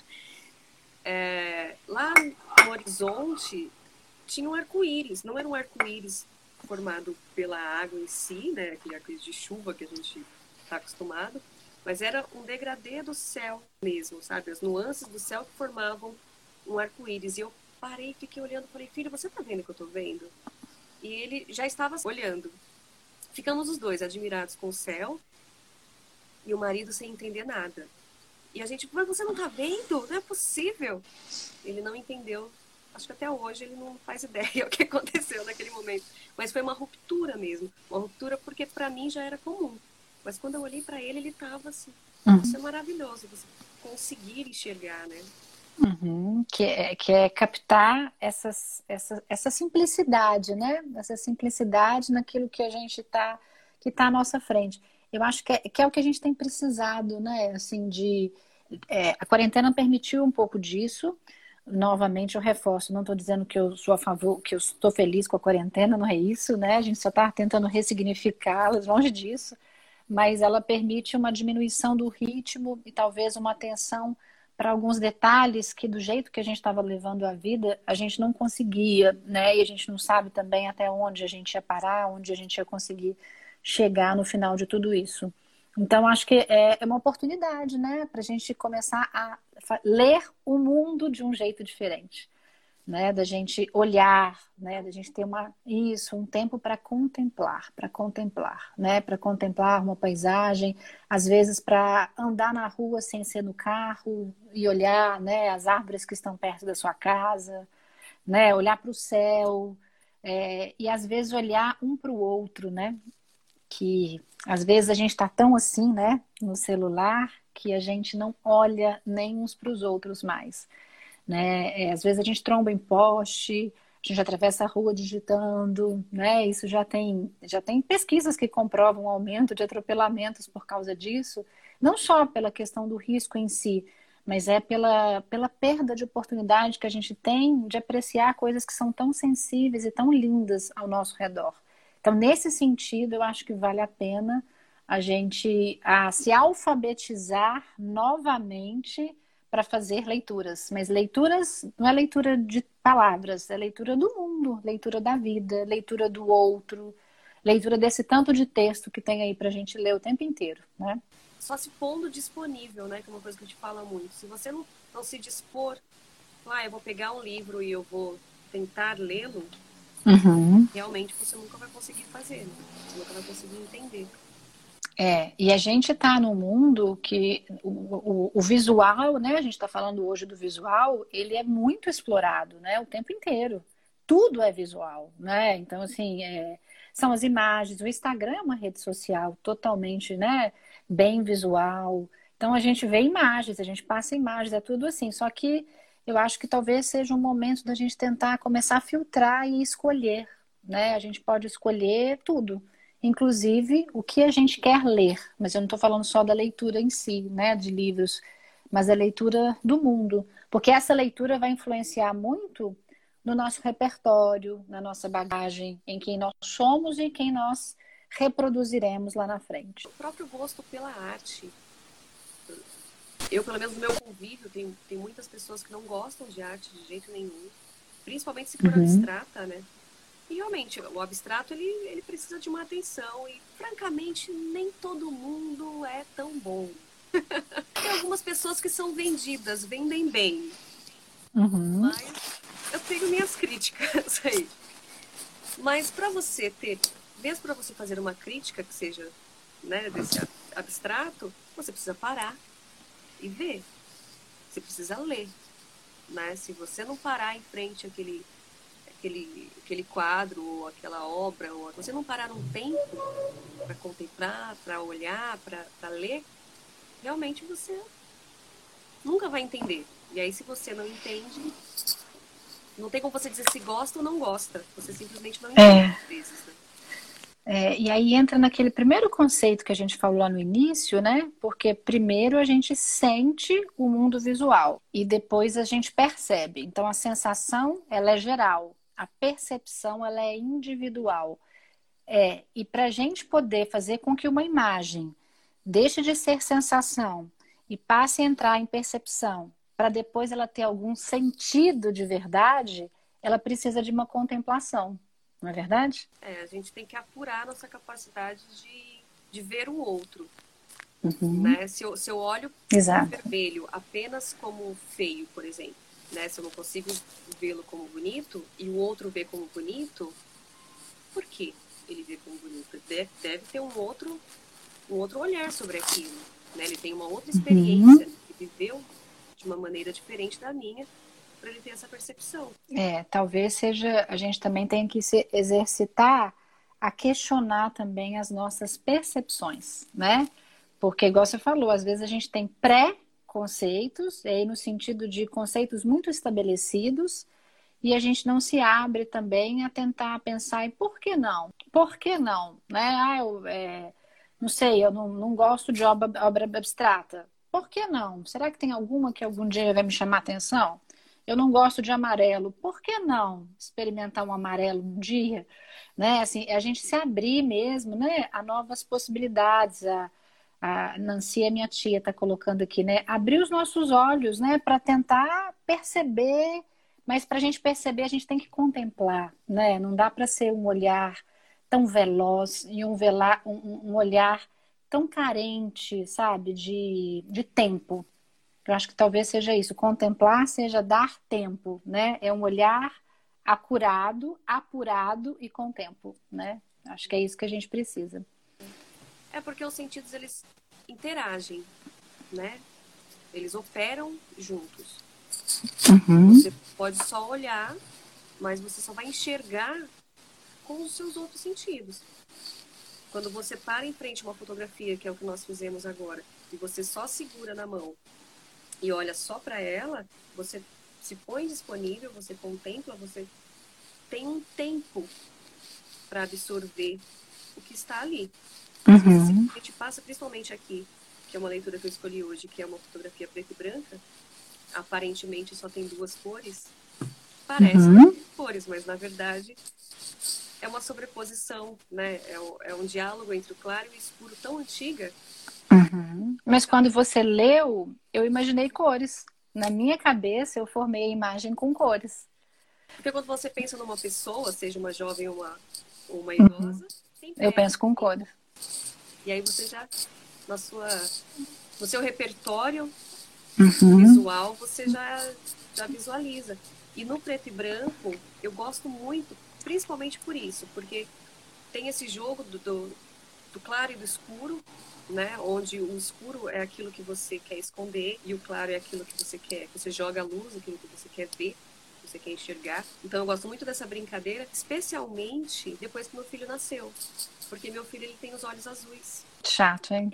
É, lá no horizonte tinha um arco-íris. Não era um arco-íris formado pela água em si, né? Aquele arco-íris de chuva que a gente está acostumado. Mas era um degradê do céu mesmo, sabe? As nuances do céu que formavam um arco-íris. E eu parei, fiquei olhando e falei, filho, você tá vendo o que eu tô vendo? E ele já estava olhando. Ficamos os dois admirados com o céu e o marido sem entender nada. E a gente, mas você não tá vendo? Não é possível. Ele não entendeu. Acho que até hoje ele não faz ideia o que aconteceu naquele momento. Mas foi uma ruptura mesmo. Uma ruptura porque para mim já era comum. Mas quando eu olhei para ele, ele tava assim. Uhum. Isso é maravilhoso, você conseguir enxergar, né? Uhum, que é, que é captar essas, essa, essa simplicidade, né? Essa simplicidade naquilo que a gente tá, que está à nossa frente. Eu acho que é, que é o que a gente tem precisado, né? Assim, de, é, a quarentena permitiu um pouco disso. Novamente, eu reforço, não estou dizendo que eu sou a favor, que eu estou feliz com a quarentena, não é isso, né? A gente só está tentando ressignificá-la, longe disso, mas ela permite uma diminuição do ritmo e talvez uma atenção para alguns detalhes que, do jeito que a gente estava levando a vida, a gente não conseguia, né? E a gente não sabe também até onde a gente ia parar, onde a gente ia conseguir chegar no final de tudo isso. Então, acho que é, é uma oportunidade, né, para a gente começar a ler o mundo de um jeito diferente, né, da gente olhar, né, da gente ter uma, isso, um tempo para contemplar, para contemplar, né, para contemplar uma paisagem, às vezes para andar na rua sem ser no carro e olhar, né, as árvores que estão perto da sua casa, né, olhar para o céu, é, e às vezes olhar um para o outro, né, que às vezes a gente está tão assim, né, no celular, que a gente não olha nem uns para os outros mais, né? É, às vezes a gente tromba em poste, a gente atravessa a rua digitando, né? Isso já tem, já tem pesquisas que comprovam um aumento de atropelamentos por causa disso, não só pela questão do risco em si, mas é pela, pela perda de oportunidade que a gente tem de apreciar coisas que são tão sensíveis e tão lindas ao nosso redor. Então, nesse sentido, eu acho que vale a pena a gente a, se alfabetizar novamente para fazer leituras. Mas leituras não é leitura de palavras, é leitura do mundo, leitura da vida, leitura do outro, leitura desse tanto de texto que tem aí para a gente ler o tempo inteiro, né? Só se pondo disponível, né? Que é uma coisa que a gente fala muito. Se você não, não se dispor, ah, eu vou pegar um livro e eu vou tentar lê-lo, uhum. Realmente você nunca vai conseguir fazer, né? Você nunca vai conseguir entender. É, e a gente está num mundo que o, o, o visual, né? A gente está falando hoje do visual, ele é muito explorado, né? O tempo inteiro. Tudo é visual, né? Então, assim, é, são as imagens. O Instagram é uma rede social totalmente, né? Bem visual. Então, a gente vê imagens, a gente passa imagens, é tudo assim. Só que eu acho que talvez seja um momento da gente tentar começar a filtrar e escolher, né? A gente pode escolher tudo. Inclusive o que a gente quer ler, mas eu não estou falando só da leitura em si, né, de livros, mas da leitura do mundo, porque essa leitura vai influenciar muito no nosso repertório, na nossa bagagem, em quem nós somos e em quem nós reproduziremos lá na frente. O próprio gosto pela arte. Eu, pelo menos no meu convívio, tem, tem muitas pessoas que não gostam de arte de jeito nenhum, principalmente se for uhum. abstrata, né? E realmente, o abstrato, ele, ele precisa de uma atenção e, francamente, nem todo mundo é tão bom. Tem algumas pessoas que são vendidas, vendem bem. Uhum. Mas eu tenho minhas críticas aí. Mas para você ter, mesmo para você fazer uma crítica que seja, né, desse abstrato, você precisa parar e ver. Você precisa ler, né? Se você não parar em frente àquele... Aquele, aquele quadro ou aquela obra, ou você não parar um tempo para contemplar, para olhar, para ler, realmente você nunca vai entender. E aí, se você não entende, não tem como você dizer se gosta ou não gosta. Você simplesmente não entende, é. às vezes, né? É, e aí entra naquele primeiro conceito que a gente falou lá no início, né? Porque primeiro a gente sente o mundo visual e depois a gente percebe. Então a sensação, ela é geral. A percepção, ela é individual. É, e para a gente poder fazer com que uma imagem deixe de ser sensação e passe a entrar em percepção, para depois ela ter algum sentido de verdade, ela precisa de uma contemplação, não é verdade? É, a gente tem que apurar a nossa capacidade de, de ver o outro. Uhum. Né? Se, eu, se eu olho o vermelho apenas como feio, por exemplo, né? Se eu não consigo vê-lo como bonito e o outro vê como bonito, por que ele vê como bonito? Deve, deve ter um outro, um outro olhar sobre aquilo, né? Ele tem uma outra experiência, uhum. Ele viveu de uma maneira diferente da minha para ele ter essa percepção. É, talvez seja, a gente também tem que se exercitar a questionar também as nossas percepções, né? Porque, igual você falou, às vezes a gente tem pré conceitos, e aí no sentido de conceitos muito estabelecidos, e a gente não se abre também a tentar pensar em por que não? Por que não? Né? Ah, eu, é, não sei, eu não, não gosto de obra, obra abstrata. Por que não? Será que tem alguma que algum dia vai me chamar a atenção? Eu não gosto de amarelo. Por que não experimentar um amarelo um dia? Né? Assim, a gente se abrir mesmo, né, a novas possibilidades. A, a Nancy, a minha tia, está colocando aqui, né? Abrir os nossos olhos, né, para tentar perceber. Mas para a gente perceber, a gente tem que contemplar, né? Não dá para ser um olhar tão veloz e um, velar, um, um olhar tão carente, sabe, de, de tempo. Eu acho que talvez seja isso. Contemplar seja dar tempo, né? É um olhar acurado, apurado e com tempo, né? Acho que é isso que a gente precisa. É porque os sentidos, eles interagem, né? Eles operam juntos. Uhum. Você pode só olhar, mas você só vai enxergar com os seus outros sentidos. Quando você para em frente a uma fotografia, que é o que nós fizemos agora, e você só segura na mão e olha só para ela, você se põe disponível, você contempla, você tem um tempo para absorver o que está ali. Uhum. Se você simplesmente passa, principalmente aqui, que é uma leitura que eu escolhi hoje, que é uma fotografia preta e branca, aparentemente só tem duas cores, parece uhum. que tem cores, mas na verdade é uma sobreposição, né? É, o, é um diálogo entre o claro e o escuro tão antiga. Uhum. Mas quando você leu, eu imaginei cores. Na minha cabeça, eu formei a imagem com cores. Porque quando você pensa numa pessoa, seja uma jovem ou uma, ou uma idosa, uhum. tem eu penso com cores. E aí você já, na sua, no seu repertório uhum. visual, você já, já visualiza. E no preto e branco, eu gosto muito, principalmente por isso, porque tem esse jogo do, do, do claro e do escuro, né? Onde o escuro é aquilo que você quer esconder e o claro é aquilo que você quer, que você joga a luz, aquilo que você quer ver, que você quer enxergar. Então eu gosto muito dessa brincadeira, especialmente depois que meu filho nasceu, porque meu filho ele tem os olhos azuis. Chato, hein?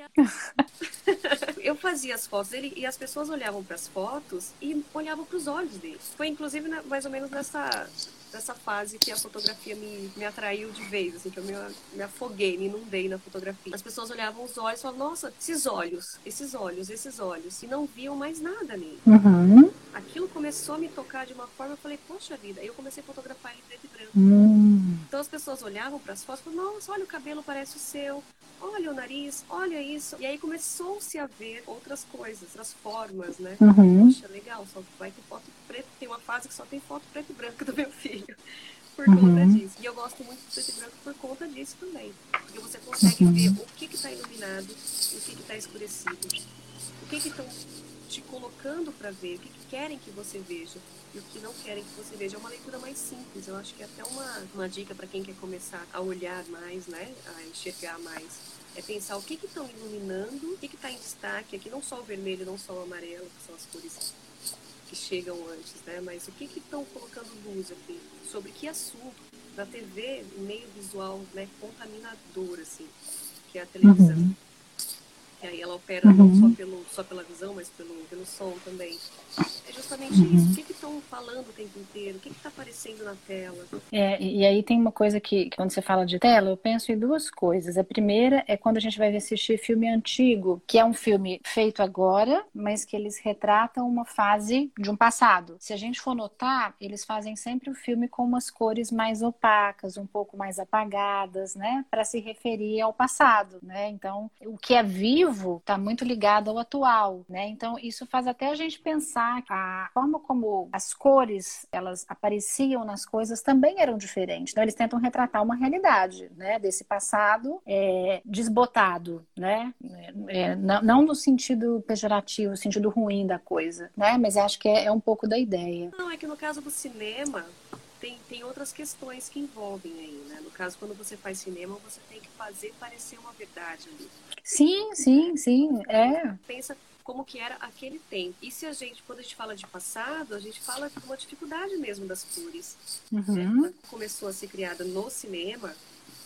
Eu fazia as fotos dele e as pessoas olhavam para as fotos e olhavam para os olhos dele. Foi inclusive na, mais ou menos nessa, nessa fase que a fotografia me, me atraiu de vez, assim, que eu me, me afoguei, me inundei na fotografia. As pessoas olhavam os olhos e falavam, nossa, esses olhos, esses olhos, esses olhos. E não viam mais nada nele. Uhum. Aquilo começou a me tocar de uma forma, eu falei, poxa vida. Aí eu comecei a fotografar ele em preto e branco. Uhum. Então as pessoas olhavam para as fotos e falavam, nossa, olha o cabelo parece o seu. Olha o nariz, olha isso. E aí começou-se a ver outras coisas, outras formas, né? Uhum. Poxa, legal, só vai ter foto preta. Tem uma fase que só tem foto preto e branco do meu filho. Por uhum. conta disso. E eu gosto muito do preto e branco por conta disso também. Porque você consegue uhum. ver o que está iluminado e o que está escurecido. O que estão te colocando para ver, o que, que querem que você veja e o que não querem que você veja. É uma leitura mais simples. Eu acho que é até uma, uma dica para quem quer começar a olhar mais, né? A enxergar mais. É pensar o que estão iluminando, o que está em destaque aqui, não só o vermelho, não só o amarelo, que são as cores que chegam antes, né? Mas o que estão colocando luz aqui, sobre que assunto. Na T V, meio visual, né, contaminador, assim, que é a televisão. Uhum. E aí ela opera uhum. não só, pelo, só pela visão, mas pelo, pelo som também. É justamente uhum. isso. O que estão falando o tempo inteiro? O que está aparecendo na tela? É, e aí tem uma coisa que, que, quando você fala de tela, eu penso em duas coisas. A primeira é quando a gente vai assistir filme antigo, que é um filme feito agora, mas que eles retratam uma fase de um passado. Se a gente for notar, eles fazem sempre o filme com umas cores mais opacas, um pouco mais apagadas, né? Para se referir ao passado, né? Então, o que é vivo está muito ligado ao atual, né? Então, isso faz até a gente pensar a forma como as cores elas apareciam nas coisas também eram diferentes. Então, eles tentam retratar uma realidade, né, desse passado é, desbotado, né, é, não, não no sentido pejorativo, no sentido ruim da coisa, né, mas acho que é, é um pouco da ideia. Não, é que no caso do cinema tem, tem outras questões que envolvem aí, né? No caso, quando você faz cinema, você tem que fazer parecer uma verdade ali. Sim, sim, sim, é. Pensa como que era aquele tempo. E se a gente, quando a gente fala de passado, a gente fala de uma dificuldade mesmo das cores. Uhum. Ela começou a ser criada no cinema,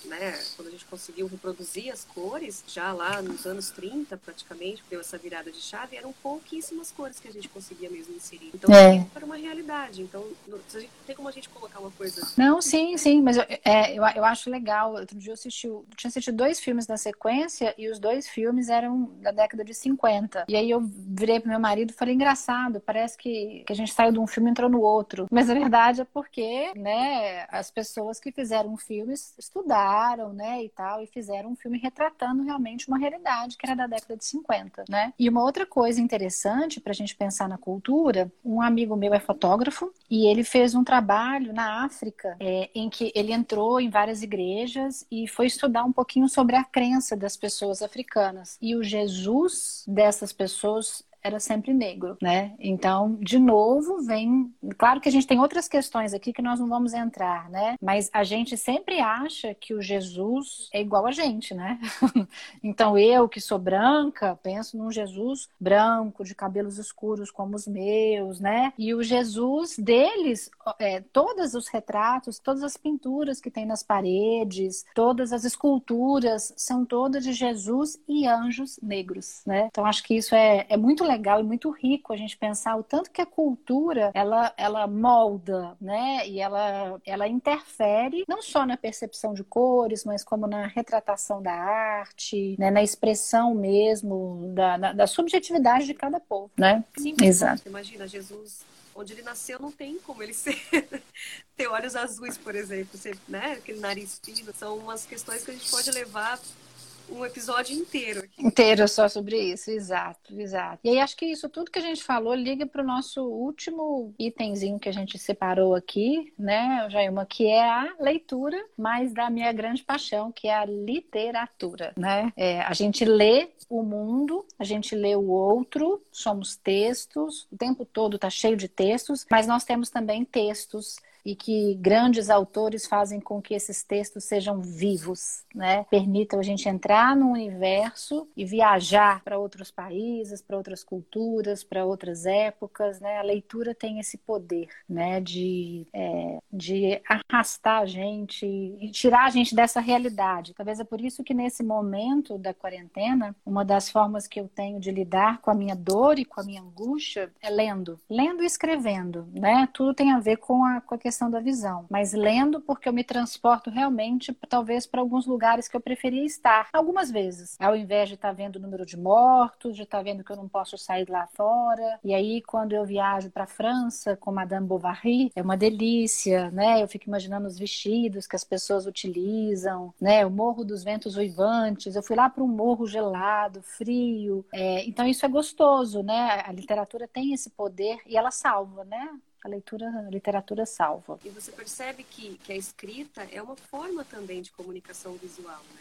né, quando a gente conseguiu reproduzir as cores, já lá nos anos trinta, praticamente, deu essa virada de chave, eram pouquíssimas cores que a gente conseguia mesmo inserir. Então, É. era uma realidade. Então, não tem como a gente colocar uma coisa... Não, sim, sim, mas eu, é, eu, eu acho legal. Outro dia eu assisti, eu tinha assistido dois filmes na sequência e os dois filmes eram da década de cinquenta. E aí eu virei pro meu marido e falei, engraçado, parece que, que a gente saiu de um filme e entrou no outro. Mas a verdade é porque, né, as pessoas que fizeram filmes estudaram, né, e tal, e fizeram um filme retratando realmente uma realidade que era da década de cinquenta, né? E uma outra coisa interessante pra gente pensar na cultura, um amigo meu é fotógrafo e ele fez um trabalho na África é, em que ele entrou em várias igrejas e foi estudar um pouquinho sobre a crença das pessoas africanas. E o Jesus dessas pessoas era sempre negro, né? Então, de novo, vem... Claro que a gente tem outras questões aqui que nós não vamos entrar, né? Mas a gente sempre acha que o Jesus é igual a gente, né? Então, eu, que sou branca, penso num Jesus branco, de cabelos escuros como os meus, né? E o Jesus deles, é, todos os retratos, todas as pinturas que tem nas paredes, todas as esculturas, são todas de Jesus e anjos negros, né? Então, acho que isso é, é muito legal legal e muito rico a gente pensar o tanto que a cultura ela, ela molda, né? E ela, ela interfere não só na percepção de cores, mas como na retratação da arte, né? Na expressão mesmo da, da, da subjetividade de cada povo, né? Sim, exato. Você imagina, Jesus, onde ele nasceu, não tem como ele ser ter olhos azuis, por exemplo, você, né? Aquele nariz fino, são umas questões que a gente pode levar um episódio inteiro aqui. Inteiro só sobre isso, exato, exato. E aí acho que isso tudo que a gente falou liga para o nosso último itemzinho que a gente separou aqui, né, Jailma, que é a leitura, mas da minha grande paixão, que é a literatura, né? É, a gente lê o mundo, a gente lê o outro, somos textos, o tempo todo tá cheio de textos, mas nós temos também textos e que grandes autores fazem com que esses textos sejam vivos, né? Permitam a gente entrar no universo e viajar para outros países, para outras culturas, para outras épocas, né? A leitura tem esse poder, né? De, é, de arrastar a gente e tirar a gente dessa realidade. Talvez é por isso que nesse momento da quarentena, uma das formas que eu tenho de lidar com a minha dor e com a minha angústia é lendo. Lendo e escrevendo, né? Tudo tem a ver com a, com a questão da visão, mas lendo porque eu me transporto realmente talvez para alguns lugares que eu preferia estar, algumas vezes, ao invés de estar vendo o número de mortos, de estar vendo que eu não posso sair lá fora. E aí quando eu viajo para a França com Madame Bovary, é uma delícia, né? Eu fico imaginando os vestidos que as pessoas utilizam, né? O Morro dos Ventos Uivantes, eu fui lá para um morro gelado, frio, é, então isso é gostoso, né? A literatura tem esse poder e ela salva, né? A leitura, a literatura salva. E você percebe que, que a escrita é uma forma também de comunicação visual, né?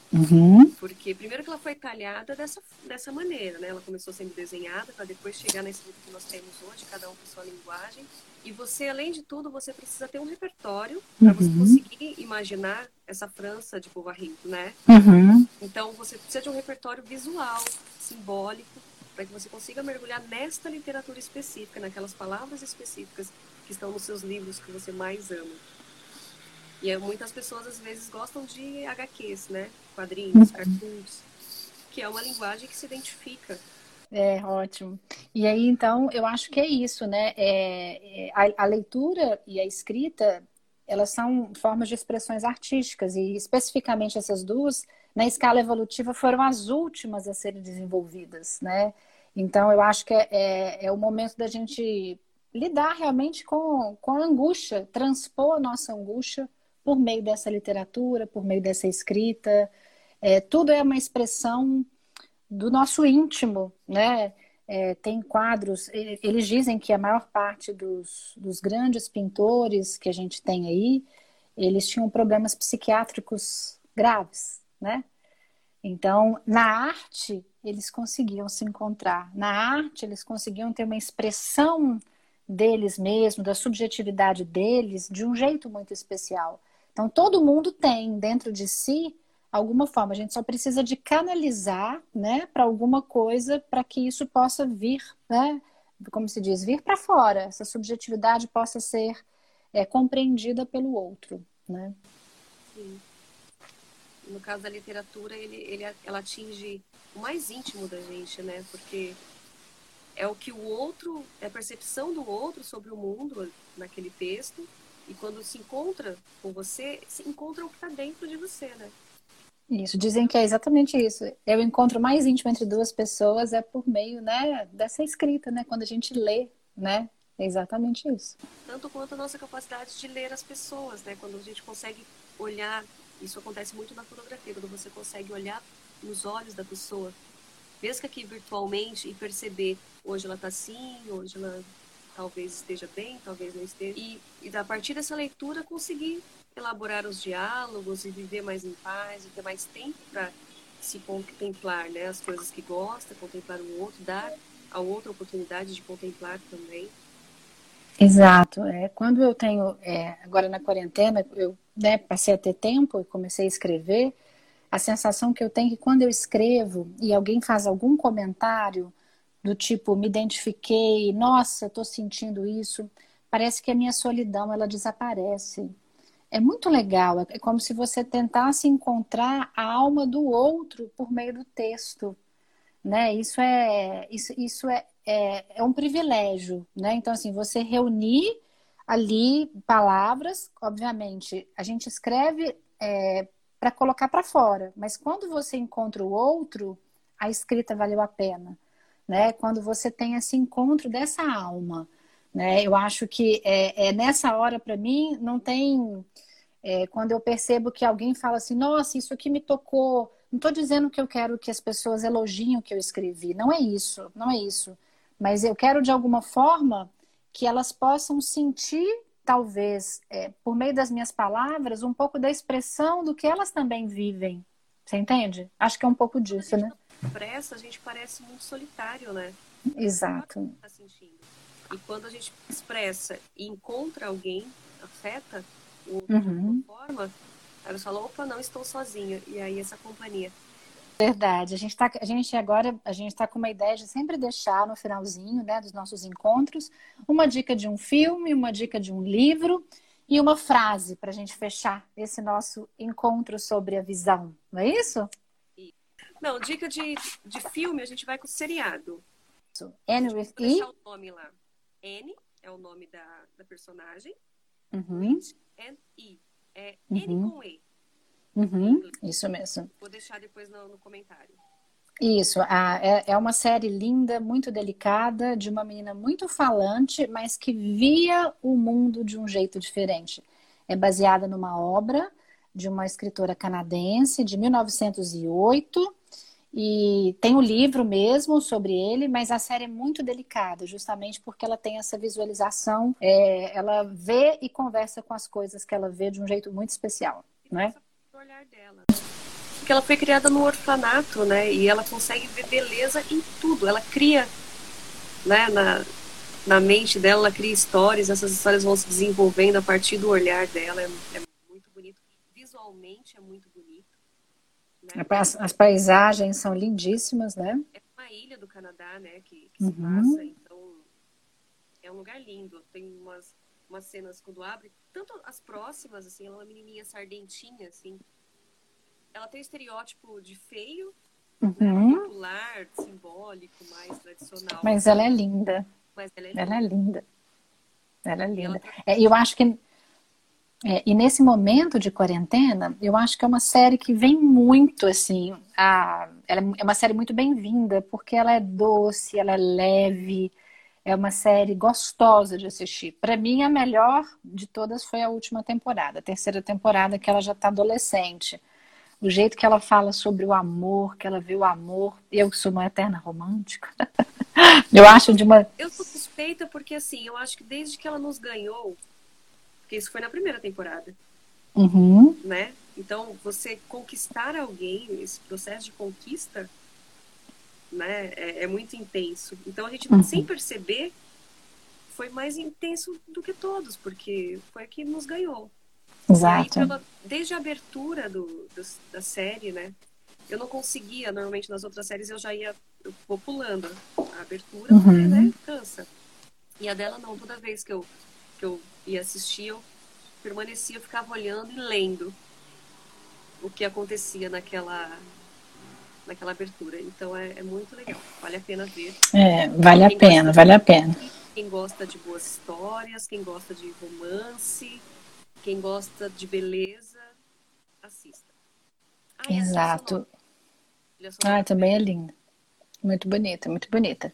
Uhum. Porque primeiro que ela foi talhada dessa, dessa maneira, né? Ela começou sendo desenhada para depois chegar na escrita que nós temos hoje, cada um com sua linguagem. E você, além de tudo, você precisa ter um repertório para você Uhum. conseguir imaginar essa França de Bovary, né? Uhum. Então você precisa de um repertório visual, simbólico, para que você consiga mergulhar nesta literatura específica, naquelas palavras específicas que estão nos seus livros que você mais ama. E muitas pessoas, às vezes, gostam de H Qs, né? Quadrinhos, cartoons, que é uma linguagem que se identifica. É, ótimo. E aí, então, eu acho que é isso, né? É, é, a, a leitura e a escrita, elas são formas de expressões artísticas, e especificamente essas duas, na escala evolutiva, foram as últimas a serem desenvolvidas, né? Então, eu acho que é, é, é o momento da gente lidar realmente com, com a angústia, transpor a nossa angústia por meio dessa literatura, por meio dessa escrita. É, tudo é uma expressão do nosso íntimo, né? É, tem quadros, eles dizem que a maior parte dos, dos grandes pintores que a gente tem aí, eles tinham problemas psiquiátricos graves, né? Então, na arte, eles conseguiam se encontrar. Na arte, eles conseguiam ter uma expressão deles mesmos, da subjetividade deles, de um jeito muito especial. Então, todo mundo tem dentro de si alguma forma. A gente só precisa de canalizar, né, para alguma coisa, para que isso possa vir, né, como se diz, vir para fora. Essa subjetividade possa ser é, compreendida pelo outro, né? Sim. no caso da literatura, ele, ele, ela atinge o mais íntimo da gente, né? Porque é o que o outro, é a percepção do outro sobre o mundo naquele texto, e quando se encontra com você, se encontra o que está dentro de você, né? Isso, dizem que é exatamente isso. É o encontro mais íntimo entre duas pessoas é por meio, né, dessa escrita, né? Quando a gente lê, né? É exatamente isso. Tanto quanto a nossa capacidade de ler as pessoas, né? Quando a gente consegue olhar, isso acontece muito na fotografia, quando você consegue olhar nos olhos da pessoa, mesmo que aqui virtualmente, e perceber, hoje ela está assim, hoje ela talvez esteja bem, talvez não esteja. E, e a partir dessa leitura conseguir elaborar os diálogos e viver mais em paz, e ter mais tempo para se contemplar, né? As coisas que gosta, contemplar o outro, dar a outra oportunidade de contemplar também. Exato. É, quando eu tenho, é, agora na quarentena, eu, né, passei a ter tempo e comecei a escrever, a sensação que eu tenho é que quando eu escrevo e alguém faz algum comentário do tipo, me identifiquei, nossa, estou sentindo isso, parece que a minha solidão, ela desaparece. É muito legal, é como se você tentasse encontrar a alma do outro por meio do texto, né? Isso é, isso, isso é, é, é um privilégio, né? Então, assim, você reunir ali palavras, obviamente, a gente escreve é, para colocar para fora, mas quando você encontra o outro, a escrita valeu a pena, né? Quando você tem esse encontro dessa alma, né? Eu acho que é, é nessa hora, para mim, não tem. É, quando eu percebo que alguém fala assim, nossa, isso aqui me tocou. Não estou dizendo que eu quero que as pessoas elogiem o que eu escrevi. Não é isso, não é isso. Mas eu quero, de alguma forma, que elas possam sentir, talvez, é, por meio das minhas palavras, um pouco da expressão do que elas também vivem. Você entende? Acho que é um pouco disso, né? Pressa, a gente parece muito solitário, né? Exato. Tá sentindo. E quando a gente expressa e encontra alguém, afeta o outro uhum. de alguma forma, aí você fala, opa, não estou sozinha. E aí essa companhia. Verdade. A gente tá, a gente agora, a gente está com uma ideia de sempre deixar no finalzinho, né, dos nossos encontros, uma dica de um filme, uma dica de um livro e uma frase para a gente fechar esse nosso encontro sobre a visão. Não é isso? Não, dica de, de filme, a gente vai com o seriado. Anne with Vou deixar E. o nome lá. Anne é o nome da, da personagem. Uhum. With and E. É uhum. N com E. Uhum. Isso mesmo. Vou deixar depois no, no comentário. Isso, a, é, é uma série linda, muito delicada, de uma menina muito falante, mas que via o mundo de um jeito diferente. É baseada numa obra de uma escritora canadense de mil novecentos e oito, e tem o um livro mesmo sobre ele, mas a série é muito delicada, justamente porque ela tem essa visualização, é, ela vê e conversa com as coisas que ela vê de um jeito muito especial, não é? O olhar dela. Porque ela foi criada no orfanato, né? E ela consegue ver beleza em tudo. Ela cria, né? Na, na mente dela, ela cria histórias. Essas histórias vão se desenvolvendo a partir do olhar dela. É, é muito bonito. Visualmente é muito bonito. Né? As, as paisagens são lindíssimas, né? É uma ilha do Canadá, né? Que, que se uhum. passa. Então, é um lugar lindo. Tem umas, umas cenas quando abre. Tanto as próximas, assim, ela é uma menininha sardentinha, assim. Ela tem o estereótipo de feio, uhum. né, popular, simbólico, mais tradicional. Mas ela é linda. Mas ela é linda. Ela é linda. Ela é linda. Ela... É, eu acho que... É, e nesse momento de quarentena, eu acho que é uma série que vem muito, assim... A, ela é uma série muito bem-vinda, porque ela é doce, ela é leve... É uma série gostosa de assistir. Para mim, a melhor de todas foi a última temporada. A terceira temporada, que ela já está adolescente. O jeito que ela fala sobre o amor, que ela vê o amor. Eu que sou uma eterna romântica. Eu acho de uma... Eu sou suspeita porque, assim, eu acho que desde que ela nos ganhou, porque isso foi na primeira temporada, uhum. né? Então, você conquistar alguém, esse processo de conquista, né, é, é muito intenso. Então, a gente, uhum. sem perceber, foi mais intenso do que todos, porque foi que nos ganhou. Exato. E aí, pela, desde a abertura do, do, da série, né? Eu não conseguia, normalmente nas outras séries eu já ia, eu vou pulando a abertura, uhum. porque, né, cansa. E a dela não, toda vez que eu, que eu ia assistir, eu permanecia, eu ficava olhando e lendo. o que acontecia naquela, naquela abertura. Então é, é muito legal, vale a pena ver. É, vale a Quem pena, gosta vale a de, pena. quem gosta de boas histórias, quem gosta de romance, quem gosta de beleza, assista. Ah, e a trilha sonora. Exato. A trilha Ah, sonora também também. é linda. Muito bonita, muito bonita.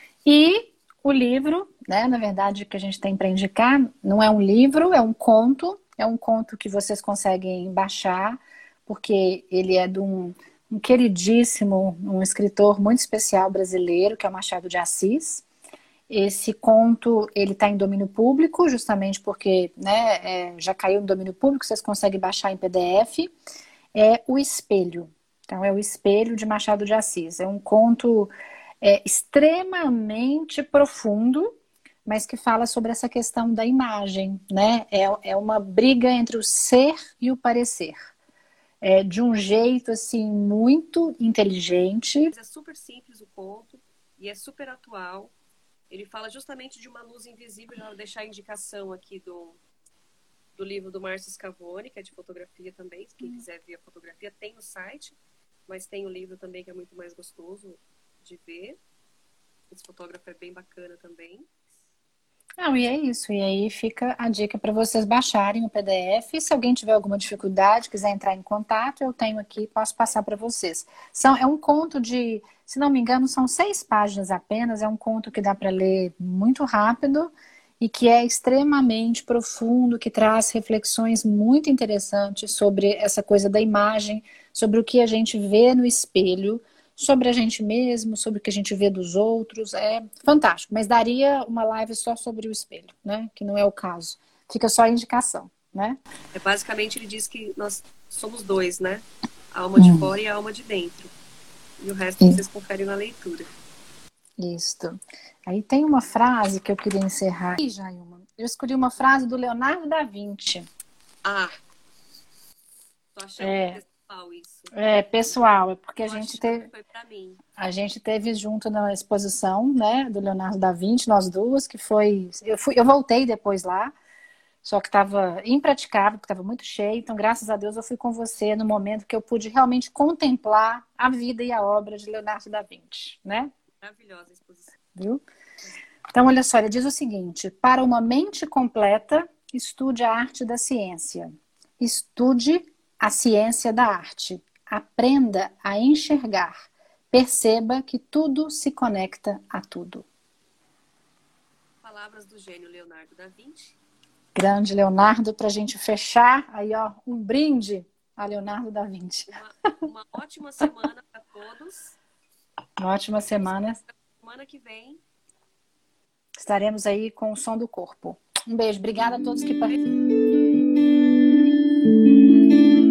E o livro, né, na verdade, que a gente tem para indicar, não é um livro, é um conto. É um conto que vocês conseguem baixar, porque ele é de um, um queridíssimo, um escritor muito especial brasileiro, que é o Machado de Assis. Esse conto, ele está em domínio público, justamente porque, né, é, já caiu no domínio público, vocês conseguem baixar em P D F. É O Espelho. Então, é O Espelho de Machado de Assis. É um conto é, extremamente profundo, mas que fala sobre essa questão da imagem, né? É, é uma briga entre o ser e o parecer. É, de um jeito, assim, muito inteligente. É super simples o conto e é super atual. Ele fala justamente de uma luz invisível. Já vou deixar a indicação aqui do, do livro do Márcio Scavone, que é de fotografia também. Quem quiser ver a fotografia, tem no site, mas tem o livro também que é muito mais gostoso de ver. Esse fotógrafo é bem bacana também. Não, e é isso. E aí fica a dica para vocês baixarem o P D F. E se alguém tiver alguma dificuldade, quiser entrar em contato, eu tenho aqui, posso passar para vocês. São, é um conto de, se não me engano, são seis páginas apenas. É um conto que dá para ler muito rápido e que é extremamente profundo, que traz reflexões muito interessantes sobre essa coisa da imagem, sobre o que a gente vê no espelho, sobre a gente mesmo, sobre o que a gente vê dos outros. É fantástico, mas daria uma live só sobre o espelho, né? Que não é o caso. Fica só a indicação, né? É, basicamente, ele diz que nós somos dois, né? A alma de hum. fora e a alma de dentro. E o resto vocês conferem na leitura. Isso. Aí tem uma frase que eu queria encerrar. Ih, Jailma, eu escolhi uma frase do Leonardo da Vinci. Ah, tô achando é. que é pessoal isso. É, pessoal, é porque eu a gente foi teve pra mim. A gente teve junto na exposição, né, do Leonardo da Vinci, nós duas, que foi, eu fui, eu voltei depois lá, só que estava impraticável, porque estava muito cheio, então graças a Deus eu fui com você no momento que eu pude realmente contemplar a vida e a obra de Leonardo da Vinci, né? Maravilhosa a exposição. Viu? Então, olha só, ele diz o seguinte: para uma mente completa, estude a arte da ciência. Estude a ciência da arte. Aprenda a enxergar. Perceba que tudo se conecta a tudo. Palavras do gênio Leonardo da Vinci. Grande Leonardo, para a gente fechar, aí ó, um brinde a Leonardo da Vinci. Uma, uma ótima semana para todos. Uma ótima semana. Semana que vem estaremos aí com o som do corpo. Um beijo, obrigada a todos que participaram.